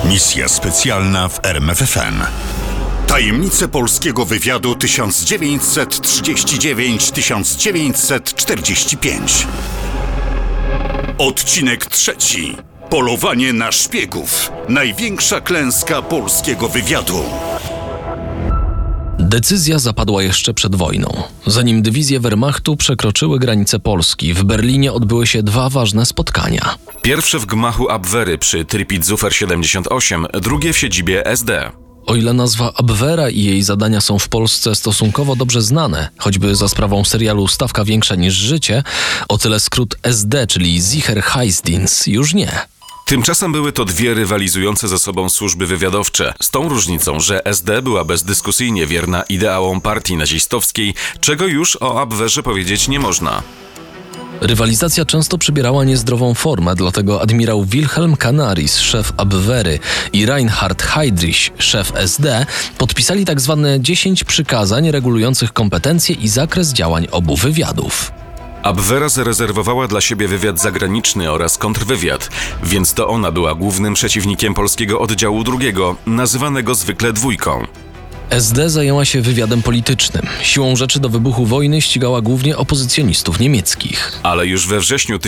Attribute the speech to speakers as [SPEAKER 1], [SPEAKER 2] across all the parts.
[SPEAKER 1] Misja specjalna w RMFFM. Tajemnice polskiego wywiadu 1939-1945. Odcinek 3. Polowanie na szpiegów. Największa klęska polskiego wywiadu.
[SPEAKER 2] Decyzja zapadła jeszcze przed wojną. Zanim dywizje Wehrmachtu przekroczyły granice Polski, w Berlinie odbyły się dwa ważne spotkania.
[SPEAKER 3] Pierwsze w gmachu Abwehry przy Treptower 78, drugie w siedzibie SD.
[SPEAKER 2] O ile nazwa Abwehra i jej zadania są w Polsce stosunkowo dobrze znane, choćby za sprawą serialu Stawka większa niż życie, o tyle skrót SD, czyli Sicherheitsdienst, już nie.
[SPEAKER 3] Tymczasem były to dwie rywalizujące ze sobą służby wywiadowcze, z tą różnicą, że SD była bezdyskusyjnie wierna ideałom partii nazistowskiej, czego już o Abwehrze powiedzieć nie można.
[SPEAKER 2] Rywalizacja często przybierała niezdrową formę, dlatego admirał Wilhelm Canaris, szef Abwehry, i Reinhard Heydrich, szef SD, podpisali tzw. 10 przykazań regulujących kompetencje i zakres działań obu wywiadów.
[SPEAKER 3] Abwehra zarezerwowała dla siebie wywiad zagraniczny oraz kontrwywiad, więc to ona była głównym przeciwnikiem polskiego oddziału drugiego, nazywanego zwykle dwójką.
[SPEAKER 2] SD zajęła się wywiadem politycznym. Siłą rzeczy do wybuchu wojny ścigała głównie opozycjonistów niemieckich.
[SPEAKER 3] Ale już we wrześniu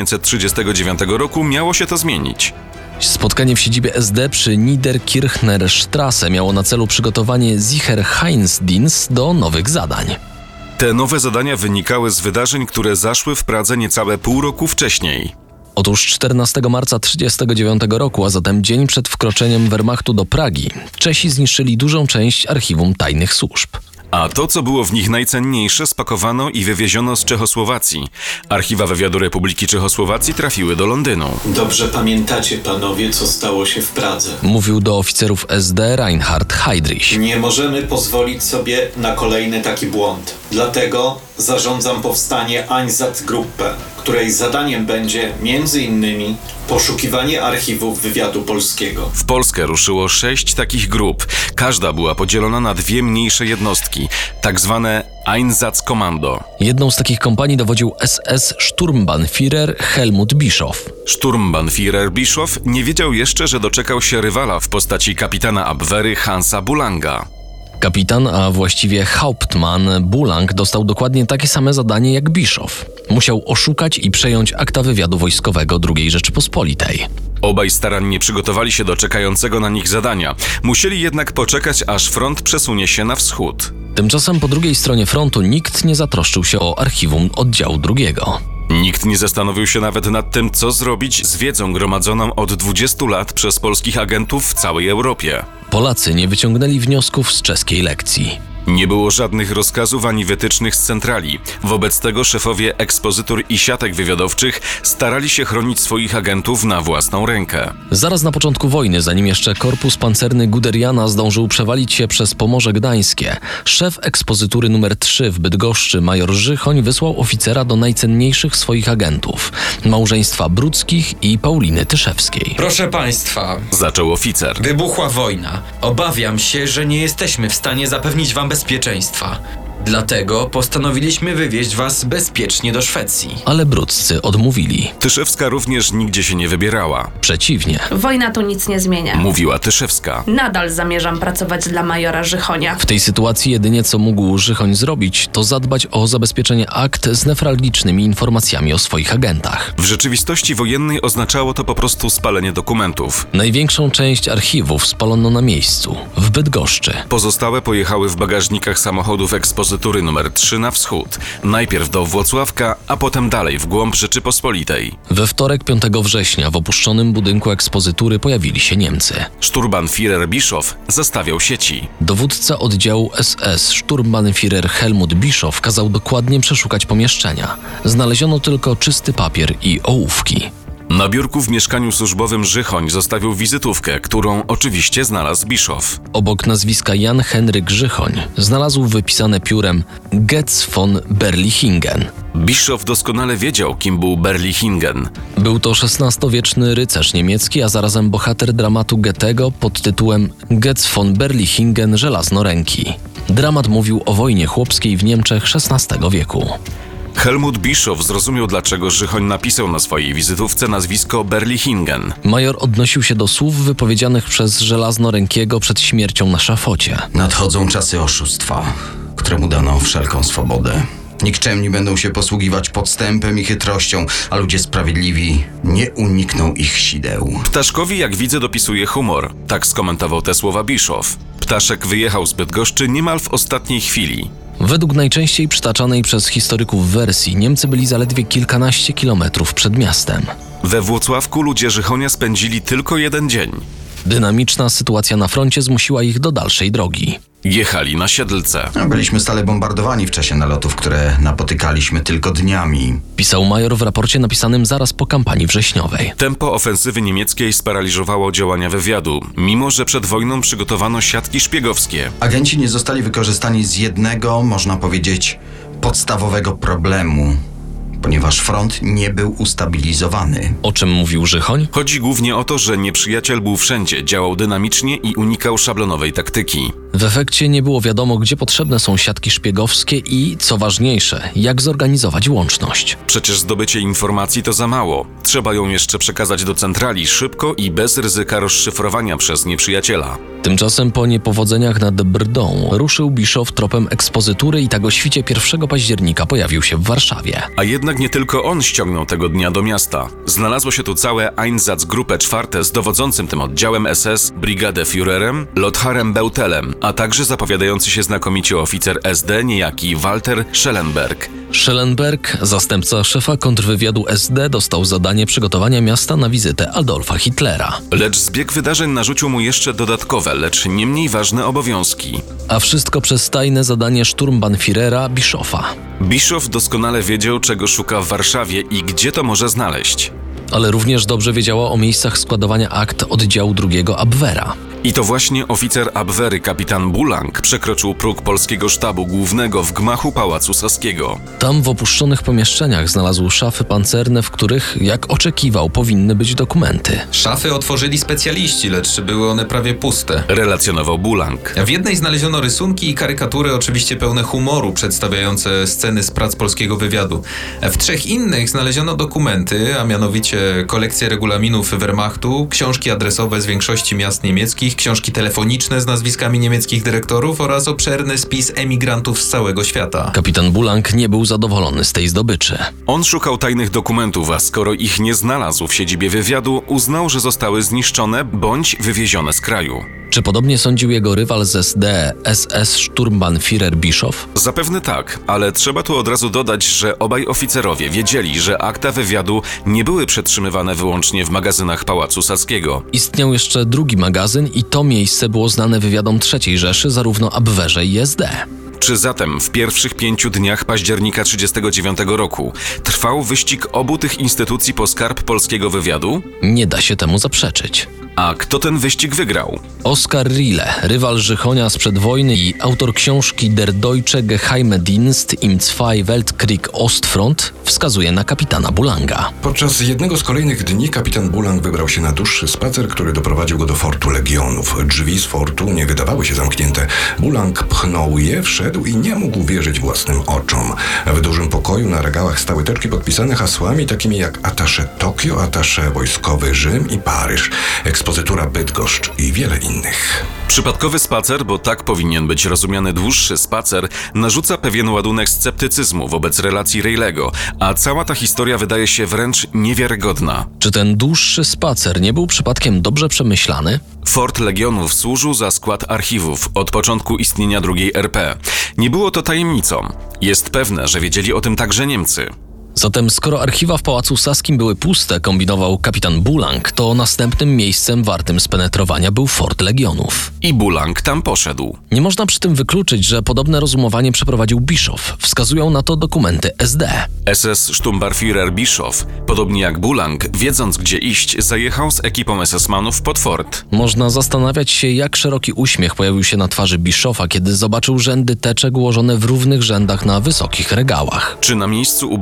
[SPEAKER 3] 1939 roku miało się to zmienić.
[SPEAKER 2] Spotkanie w siedzibie SD przy Niederkirchner Straße miało na celu przygotowanie Sicherheitsdienst do nowych zadań.
[SPEAKER 3] Te nowe zadania wynikały z wydarzeń, które zaszły w Pradze niecałe pół roku wcześniej.
[SPEAKER 2] Otóż 14 marca 1939 roku, a zatem dzień przed wkroczeniem Wehrmachtu do Pragi, Czesi zniszczyli dużą część archiwum tajnych służb.
[SPEAKER 3] A to, co było w nich najcenniejsze, spakowano i wywieziono z Czechosłowacji. Archiwa wywiadu Republiki Czechosłowacji trafiły do Londynu.
[SPEAKER 4] Dobrze pamiętacie, panowie, co stało się w Pradze.
[SPEAKER 2] Mówił do oficerów SD Reinhard Heydrich.
[SPEAKER 4] Nie możemy pozwolić sobie na kolejny taki błąd. Dlatego zarządzam powstanie Einsatzgruppe, której zadaniem będzie m.in. poszukiwanie archiwów wywiadu polskiego.
[SPEAKER 3] W Polskę ruszyło 6 takich grup. Każda była podzielona na dwie mniejsze jednostki, tak zwane Einsatzkommando.
[SPEAKER 2] Jedną z takich kompanii dowodził SS Sturmbannführer Helmut Bischoff.
[SPEAKER 3] Sturmbannführer Bischoff nie wiedział jeszcze, że doczekał się rywala w postaci kapitana Abwehry Hansa Bulanga.
[SPEAKER 2] Kapitan, a właściwie Hauptmann Bulang dostał dokładnie takie same zadanie jak Bischoff. Musiał oszukać i przejąć akta wywiadu wojskowego II Rzeczypospolitej.
[SPEAKER 3] Obaj starannie przygotowali się do czekającego na nich zadania. Musieli jednak poczekać, aż front przesunie się na wschód.
[SPEAKER 2] Tymczasem po drugiej stronie frontu nikt nie zatroszczył się o archiwum oddziału II.
[SPEAKER 3] Nikt nie zastanowił się nawet nad tym, co zrobić z wiedzą gromadzoną od 20 lat przez polskich agentów w całej Europie.
[SPEAKER 2] Polacy nie wyciągnęli wniosków z czeskiej lekcji.
[SPEAKER 3] Nie było żadnych rozkazów ani wytycznych z centrali. Wobec tego szefowie ekspozytur i siatek wywiadowczych starali się chronić swoich agentów na własną rękę.
[SPEAKER 2] Zaraz na początku wojny, zanim jeszcze korpus pancerny Guderiana zdążył przewalić się przez Pomorze Gdańskie, szef ekspozytury nr 3 w Bydgoszczy, major Żychoń, wysłał oficera do najcenniejszych swoich agentów, małżeństwa Bruckich i Pauliny Tyszewskiej.
[SPEAKER 5] Proszę państwa,
[SPEAKER 3] zaczął oficer.
[SPEAKER 5] Wybuchła wojna. Obawiam się, że nie jesteśmy w stanie zapewnić wam bezpieczeństwa. Dlatego postanowiliśmy wywieźć was bezpiecznie do Szwecji.
[SPEAKER 2] Ale Bruccy odmówili.
[SPEAKER 3] Tyszewska również nigdzie się nie wybierała.
[SPEAKER 2] Przeciwnie.
[SPEAKER 6] Wojna tu nic nie zmienia.
[SPEAKER 3] Mówiła Tyszewska.
[SPEAKER 6] Nadal zamierzam pracować dla majora Żychonia.
[SPEAKER 2] W tej sytuacji jedynie co mógł Żychoń zrobić, to zadbać o zabezpieczenie akt z newralgicznymi informacjami o swoich agentach.
[SPEAKER 3] W rzeczywistości wojennej oznaczało to po prostu spalenie dokumentów.
[SPEAKER 2] Największą część archiwów spalono na miejscu, w Bydgoszczy.
[SPEAKER 3] Pozostałe pojechały w bagażnikach samochodów ekspozytury nr 3 na wschód. Najpierw do Włocławka, a potem dalej w głąb Rzeczypospolitej.
[SPEAKER 2] We wtorek 5 września w opuszczonym budynku ekspozytury pojawili się Niemcy.
[SPEAKER 3] Sturmbannführer Bischoff zastawiał sieci.
[SPEAKER 2] Dowódca oddziału SS Sturmbannführer Helmut Bischoff kazał dokładnie przeszukać pomieszczenia. Znaleziono tylko czysty papier i ołówki.
[SPEAKER 3] Na biurku w mieszkaniu służbowym Żychoń zostawił wizytówkę, którą oczywiście znalazł Bischoff.
[SPEAKER 2] Obok nazwiska Jan Henryk Żychoń znalazł wypisane piórem Getz von Berlichingen.
[SPEAKER 3] Bischoff doskonale wiedział, kim był Berlichingen.
[SPEAKER 2] Był to XVI-wieczny rycerz niemiecki, a zarazem bohater dramatu Goethego pod tytułem Getz von Berlichingen – Żelaznoręki. Dramat mówił o wojnie chłopskiej w Niemczech XVI wieku.
[SPEAKER 3] Helmut Bischoff zrozumiał, dlaczego Żychoń napisał na swojej wizytówce nazwisko Berlichingen.
[SPEAKER 2] Major odnosił się do słów wypowiedzianych przez Żelaznorękiego przed śmiercią na szafocie.
[SPEAKER 7] Nadchodzą czasy oszustwa, któremu dano wszelką swobodę. Nikczemni będą się posługiwać podstępem i chytrością, a ludzie sprawiedliwi nie unikną ich sideł.
[SPEAKER 3] Ptaszkowi, jak widzę, dopisuje humor. Tak skomentował te słowa Bischoff. Ptaszek wyjechał z Bydgoszczy niemal w ostatniej chwili.
[SPEAKER 2] Według najczęściej przytaczanej przez historyków wersji, Niemcy byli zaledwie kilkanaście kilometrów przed miastem.
[SPEAKER 3] We Włocławku ludzie Żychonia spędzili tylko jeden dzień.
[SPEAKER 2] Dynamiczna sytuacja na froncie zmusiła ich do dalszej drogi.
[SPEAKER 3] Jechali na Siedlce.
[SPEAKER 7] Byliśmy stale bombardowani w czasie nalotów, które napotykaliśmy tylko dniami.
[SPEAKER 2] Pisał major w raporcie napisanym zaraz po kampanii wrześniowej.
[SPEAKER 3] Tempo ofensywy niemieckiej sparaliżowało działania wywiadu, mimo że przed wojną przygotowano siatki szpiegowskie.
[SPEAKER 7] Agenci nie zostali wykorzystani z jednego, można powiedzieć, podstawowego problemu, ponieważ front nie był ustabilizowany.
[SPEAKER 2] O czym mówił Żychoń?
[SPEAKER 3] Chodzi głównie o to, że nieprzyjaciel był wszędzie, działał dynamicznie i unikał szablonowej taktyki.
[SPEAKER 2] W efekcie nie było wiadomo, gdzie potrzebne są siatki szpiegowskie i, co ważniejsze, jak zorganizować łączność.
[SPEAKER 3] Przecież zdobycie informacji to za mało. Trzeba ją jeszcze przekazać do centrali szybko i bez ryzyka rozszyfrowania przez nieprzyjaciela.
[SPEAKER 2] Tymczasem po niepowodzeniach nad Brdą ruszył Bischoff tropem ekspozytury i tak o świcie 1 października pojawił się w Warszawie.
[SPEAKER 3] A jednak nie tylko on ściągnął tego dnia do miasta. Znalazło się tu całe Einsatzgruppe 4 z dowodzącym tym oddziałem SS, Brigadeführerem Lotharem Beutelem, a także zapowiadający się znakomicie oficer SD niejaki Walter Schellenberg.
[SPEAKER 2] Schellenberg, zastępca szefa kontrwywiadu SD, dostał zadanie przygotowania miasta na wizytę Adolfa Hitlera.
[SPEAKER 3] Lecz zbieg wydarzeń narzucił mu jeszcze dodatkowe, lecz nie mniej ważne obowiązki.
[SPEAKER 2] A wszystko przez tajne zadanie Sturmbannführera Bischofa.
[SPEAKER 3] Bischoff doskonale wiedział, czego szuka w Warszawie i gdzie to może znaleźć.
[SPEAKER 2] Ale również dobrze wiedziała o miejscach składowania akt oddziału 2 Abwehra.
[SPEAKER 3] I to właśnie oficer Abwehry kapitan Bulang przekroczył próg polskiego sztabu głównego w gmachu Pałacu Saskiego.
[SPEAKER 2] Tam w opuszczonych pomieszczeniach znalazł szafy pancerne, w których, jak oczekiwał, powinny być dokumenty.
[SPEAKER 5] Szafy otworzyli specjaliści, lecz były one prawie puste.
[SPEAKER 3] Relacjonował Bulang.
[SPEAKER 5] W jednej znaleziono rysunki i karykatury, oczywiście pełne humoru, przedstawiające sceny z prac polskiego wywiadu. W 3 innych znaleziono dokumenty, a mianowicie kolekcję regulaminów Wehrmachtu, książki adresowe z większości miast niemieckich, książki telefoniczne z nazwiskami niemieckich dyrektorów oraz obszerny spis emigrantów z całego świata.
[SPEAKER 2] Kapitan Bulang nie był zadowolony z tej zdobyczy.
[SPEAKER 3] On szukał tajnych dokumentów, a skoro ich nie znalazł w siedzibie wywiadu, uznał, że zostały zniszczone bądź wywiezione z kraju.
[SPEAKER 2] Czy podobnie sądził jego rywal z SD, SS Sturmbannführer Bischoff?
[SPEAKER 3] Zapewne tak, ale trzeba tu od razu dodać, że obaj oficerowie wiedzieli, że akta wywiadu nie były przetrzymywane wyłącznie w magazynach Pałacu Saskiego.
[SPEAKER 2] Istniał jeszcze drugi magazyn i to miejsce było znane wywiadom III Rzeszy, zarówno Abwehrze i SD.
[SPEAKER 3] Czy zatem w pierwszych 5 dniach października 1939 roku trwał wyścig obu tych instytucji po skarb polskiego wywiadu?
[SPEAKER 2] Nie da się temu zaprzeczyć.
[SPEAKER 3] A kto ten wyścig wygrał?
[SPEAKER 2] Oskar Riele, rywal Żychonia sprzed wojny i autor książki Der Deutsche Geheime Dienst im Zwei Weltkrieg Ostfront, wskazuje na kapitana Bulanga.
[SPEAKER 8] Podczas jednego z kolejnych dni kapitan Bulang wybrał się na dłuższy spacer, który doprowadził go do fortu Legionów. Drzwi z fortu nie wydawały się zamknięte. Bulang pchnął je, wszedł i nie mógł wierzyć własnym oczom. W dużym pokoju na regałach stały teczki podpisane hasłami takimi jak atasze Tokio, atasze wojskowy Rzym i Paryż, ekspozytura Bydgoszcz i wiele innych.
[SPEAKER 3] Przypadkowy spacer, bo tak powinien być rozumiany dłuższy spacer, narzuca pewien ładunek sceptycyzmu wobec relacji Reilego, a cała ta historia wydaje się wręcz niewiarygodna.
[SPEAKER 2] Czy ten dłuższy spacer nie był przypadkiem dobrze przemyślany?
[SPEAKER 3] Fort Legionów służył za skład archiwów od początku istnienia II RP. Nie było to tajemnicą. Jest pewne, że wiedzieli o tym także Niemcy.
[SPEAKER 2] Zatem skoro archiwa w Pałacu Saskim były puste, kombinował kapitan Bulang, to następnym miejscem wartym spenetrowania był Fort Legionów.
[SPEAKER 3] I Bulang tam poszedł.
[SPEAKER 2] Nie można przy tym wykluczyć, że podobne rozumowanie przeprowadził Bischoff. Wskazują na to dokumenty SD.
[SPEAKER 3] SS Sturmbannführer Bischoff, podobnie jak Bulang, wiedząc gdzie iść, zajechał z ekipą SS-manów pod fort.
[SPEAKER 2] Można zastanawiać się, jak szeroki uśmiech pojawił się na twarzy Bischoffa, kiedy zobaczył rzędy teczek ułożone w równych rzędach na wysokich regałach.
[SPEAKER 3] Czy na miejscu u bram fortu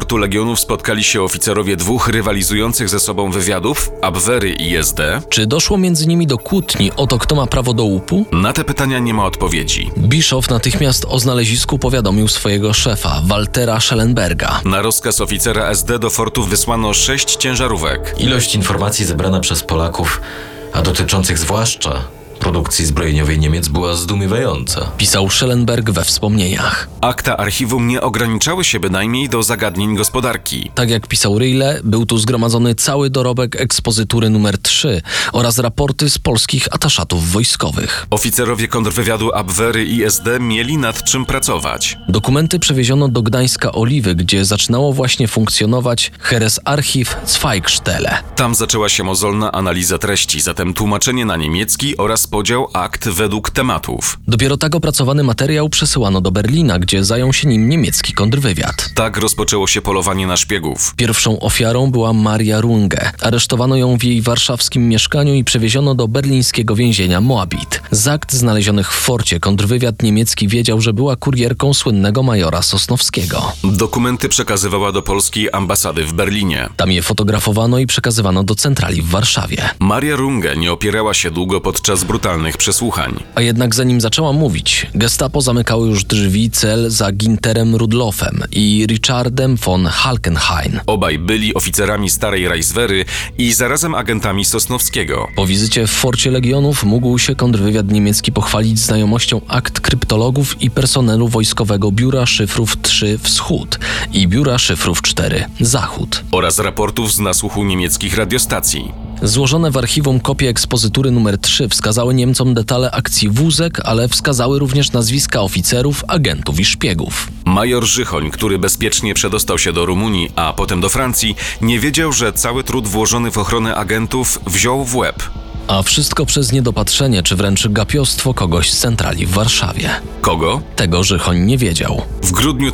[SPEAKER 3] fortu Legionów spotkali się oficerowie dwóch rywalizujących ze sobą wywiadów, Abwehry i SD?
[SPEAKER 2] Czy doszło między nimi do kłótni o to, kto ma prawo do łupu?
[SPEAKER 3] Na te pytania nie ma odpowiedzi.
[SPEAKER 2] Bischoff natychmiast o znalezisku powiadomił swojego szefa, Waltera Schellenberga.
[SPEAKER 3] Na rozkaz oficera SD do fortu wysłano 6 ciężarówek.
[SPEAKER 9] Ilość informacji zebrana przez Polaków, a dotyczących zwłaszcza produkcji zbrojeniowej Niemiec, była zdumiewająca.
[SPEAKER 2] Pisał Schellenberg we wspomnieniach.
[SPEAKER 3] Akta archiwum nie ograniczały się bynajmniej do zagadnień gospodarki.
[SPEAKER 2] Tak jak pisał Ryle, był tu zgromadzony cały dorobek ekspozytury numer 3 oraz raporty z polskich ataszatów wojskowych.
[SPEAKER 3] Oficerowie kontrwywiadu Abwehry i SD mieli nad czym pracować.
[SPEAKER 2] Dokumenty przewieziono do Gdańska Oliwy, gdzie zaczynało właśnie funkcjonować Heeresarchiv Zweigstelle.
[SPEAKER 3] Tam zaczęła się mozolna analiza treści, zatem tłumaczenie na niemiecki oraz podział akt według tematów.
[SPEAKER 2] Dopiero tak opracowany materiał przesyłano do Berlina, gdzie zajął się nim niemiecki kontrwywiad.
[SPEAKER 3] Tak rozpoczęło się polowanie na szpiegów.
[SPEAKER 2] Pierwszą ofiarą była Maria Runge. Aresztowano ją w jej warszawskim mieszkaniu i przewieziono do berlińskiego więzienia Moabit. Z akt znalezionych w forcie kontrwywiad niemiecki wiedział, że była kurierką słynnego majora Sosnowskiego.
[SPEAKER 3] Dokumenty przekazywała do polskiej ambasady w Berlinie.
[SPEAKER 2] Tam je fotografowano i przekazywano do centrali w Warszawie.
[SPEAKER 3] Maria Runge nie opierała się długo podczas brutalnych przesłuchań.
[SPEAKER 2] A jednak zanim zaczęła mówić, gestapo zamykało już drzwi cel za Ginterem Rudloffem i Richardem von Halkenhayn.
[SPEAKER 3] Obaj byli oficerami starej Reichswehry i zarazem agentami Sosnowskiego.
[SPEAKER 2] Po wizycie w forcie Legionów mógł się kontrwywiad niemiecki pochwalić znajomością akt kryptologów i personelu wojskowego Biura Szyfrów 3 Wschód i Biura Szyfrów 4 Zachód.
[SPEAKER 3] Oraz raportów z nasłuchu niemieckich radiostacji.
[SPEAKER 2] Złożone w archiwum kopie ekspozytury numer 3 wskazały Niemcom detale akcji Wózek, ale wskazały również nazwiska oficerów, agentów i szpiegów.
[SPEAKER 3] Major Żychoń, który bezpiecznie przedostał się do Rumunii, a potem do Francji, nie wiedział, że cały trud włożony w ochronę agentów wziął w łeb.
[SPEAKER 2] A wszystko przez niedopatrzenie czy wręcz gapiostwo kogoś z centrali w Warszawie.
[SPEAKER 3] Kogo?
[SPEAKER 2] Tego Żychoń nie wiedział.
[SPEAKER 3] W grudniu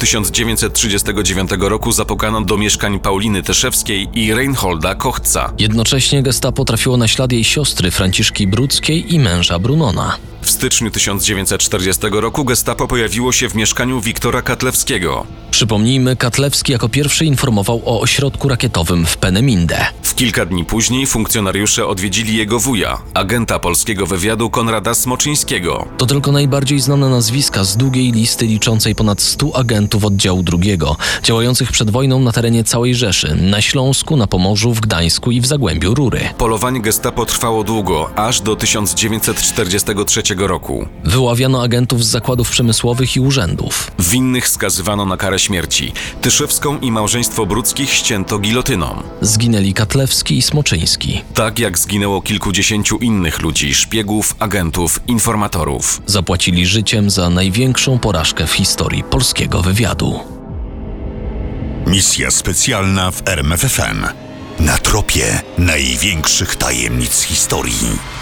[SPEAKER 3] 1939 roku zapukano do mieszkań Pauliny Tyszewskiej i Reinholda Kochca.
[SPEAKER 2] Jednocześnie gestapo trafiło na ślad jej siostry Franciszki Brudzkiej i męża Brunona.
[SPEAKER 3] W styczniu 1940 roku gestapo pojawiło się w mieszkaniu Wiktora Katlewskiego.
[SPEAKER 2] Przypomnijmy, Katlewski jako pierwszy informował o ośrodku rakietowym w Peenemünde.
[SPEAKER 3] W kilka dni później funkcjonariusze odwiedzili jego wuja, agenta polskiego wywiadu Konrada Smoczyńskiego.
[SPEAKER 2] To tylko najbardziej znane nazwiska z długiej listy liczącej ponad 100 agentów oddziału II, działających przed wojną na terenie całej Rzeszy, na Śląsku, na Pomorzu, w Gdańsku i w Zagłębiu Rury.
[SPEAKER 3] Polowanie gestapo trwało długo, aż do 1943 roku.
[SPEAKER 2] Wyławiano agentów z zakładów przemysłowych i urzędów.
[SPEAKER 3] Winnych skazywano na karę śmierci. Tyszewską i małżeństwo Brudzkich ścięto gilotyną.
[SPEAKER 2] Zginęli Katlewski i Smoczyński.
[SPEAKER 3] Tak jak zginęło kilkudziesięciu innych ludzi, szpiegów, agentów, informatorów.
[SPEAKER 2] Zapłacili życiem za największą porażkę w historii polskiego wywiadu.
[SPEAKER 1] Misja specjalna w RMFFM. Na tropie największych tajemnic historii.